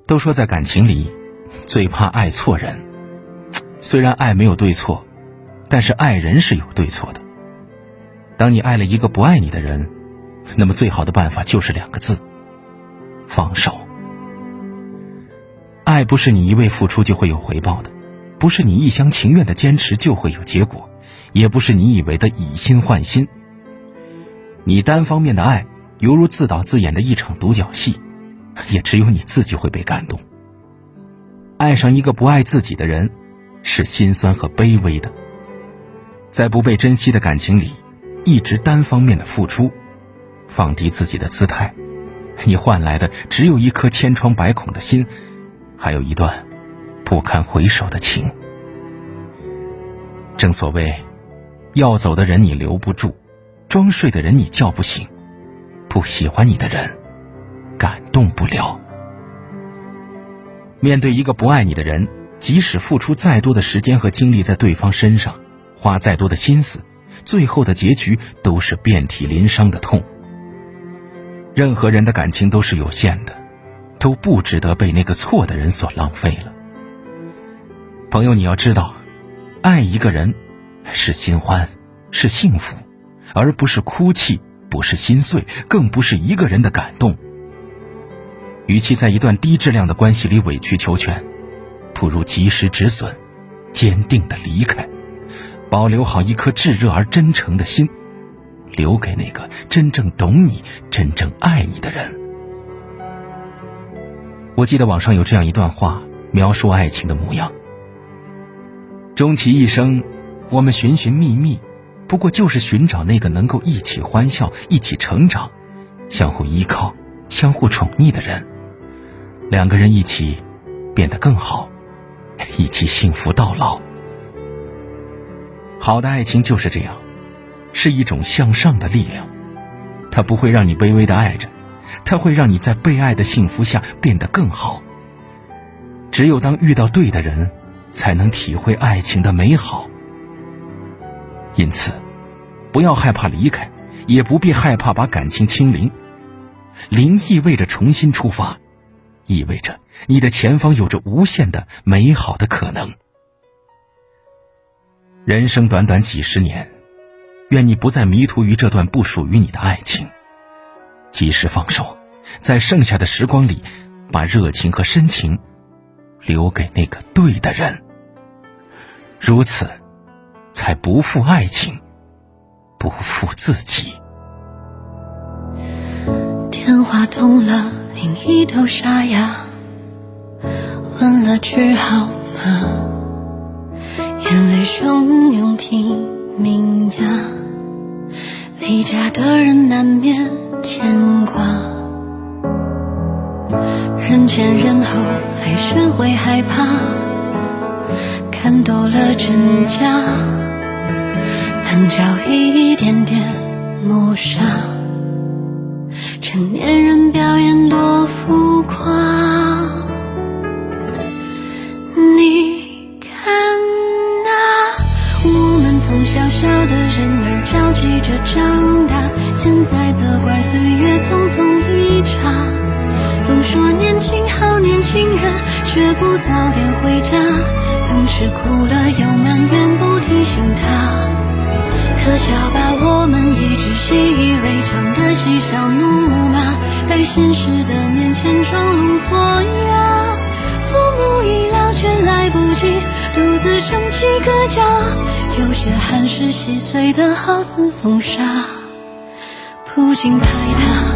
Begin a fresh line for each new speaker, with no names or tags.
都说在感情里最怕爱错人，虽然爱没有对错，但是爱人是有对错的。当你爱了一个不爱你的人，那么最好的办法就是2个字：放手。爱不是你一味付出就会有回报的，不是你一厢情愿的坚持就会有结果，也不是你以为的以心换心。你单方面的爱犹如自导自演的一场独角戏，也只有你自己会被感动。爱上一个不爱自己的人是心酸和卑微的。在不被珍惜的感情里一直单方面的付出，放低自己的姿态，你换来的只有一颗千疮百孔的心，还有一段不堪回首的情。正所谓，要走的人你留不住，装睡的人你叫不醒，不喜欢你的人感动不了。面对一个不爱你的人，即使付出再多的时间和精力在对方身上，花再多的心思，最后的结局都是遍体鳞伤的痛。任何人的感情都是有限的，都不值得被那个错的人所浪费了。朋友，你要知道，爱一个人是新欢，是幸福，而不是哭泣，不是心碎，更不是一个人的感动。与其在一段低质量的关系里委曲求全，不如及时止损，坚定地离开，保留好一颗炙热而真诚的心，留给那个真正懂你、真正爱你的人。我记得网上有这样一段话，描述爱情的模样：终其一生，我们寻寻觅觅，不过就是寻找那个能够一起欢笑、一起成长、相互依靠、相互宠溺的人。2个人一起变得更好，一起幸福到老。好的爱情就是这样，是一种向上的力量，它不会让你卑微地爱着，它会让你在被爱的幸福下变得更好。只有当遇到对的人，才能体会爱情的美好。因此，不要害怕离开，也不必害怕把感情清零。零意味着重新出发，意味着你的前方有着无限的美好的可能。人生短短几十年，愿你不再迷途于这段不属于你的爱情，及时放手，在剩下的时光里，把热情和深情留给那个对的人。如此，才不负爱情，不负自己。
电话通了，另一头沙哑，问了句好吗？眼泪汹涌拼命呀，离家的人难免牵挂，人前人后还是会害怕，看多了真假，难教一点点磨砂，成年人表演多浮夸。你看啊，我们从小小的人儿交集着长大，现在责怪岁月匆匆一刹，总说年轻好年轻人，却不早点回家，等吃苦了又埋怨不提醒他，可笑把我们一直习以为常的嬉笑怒骂，在现实的面前装聋作哑。父母已老却来不及独自撑起个家，有些憾事细碎的好似风沙，不禁拍打。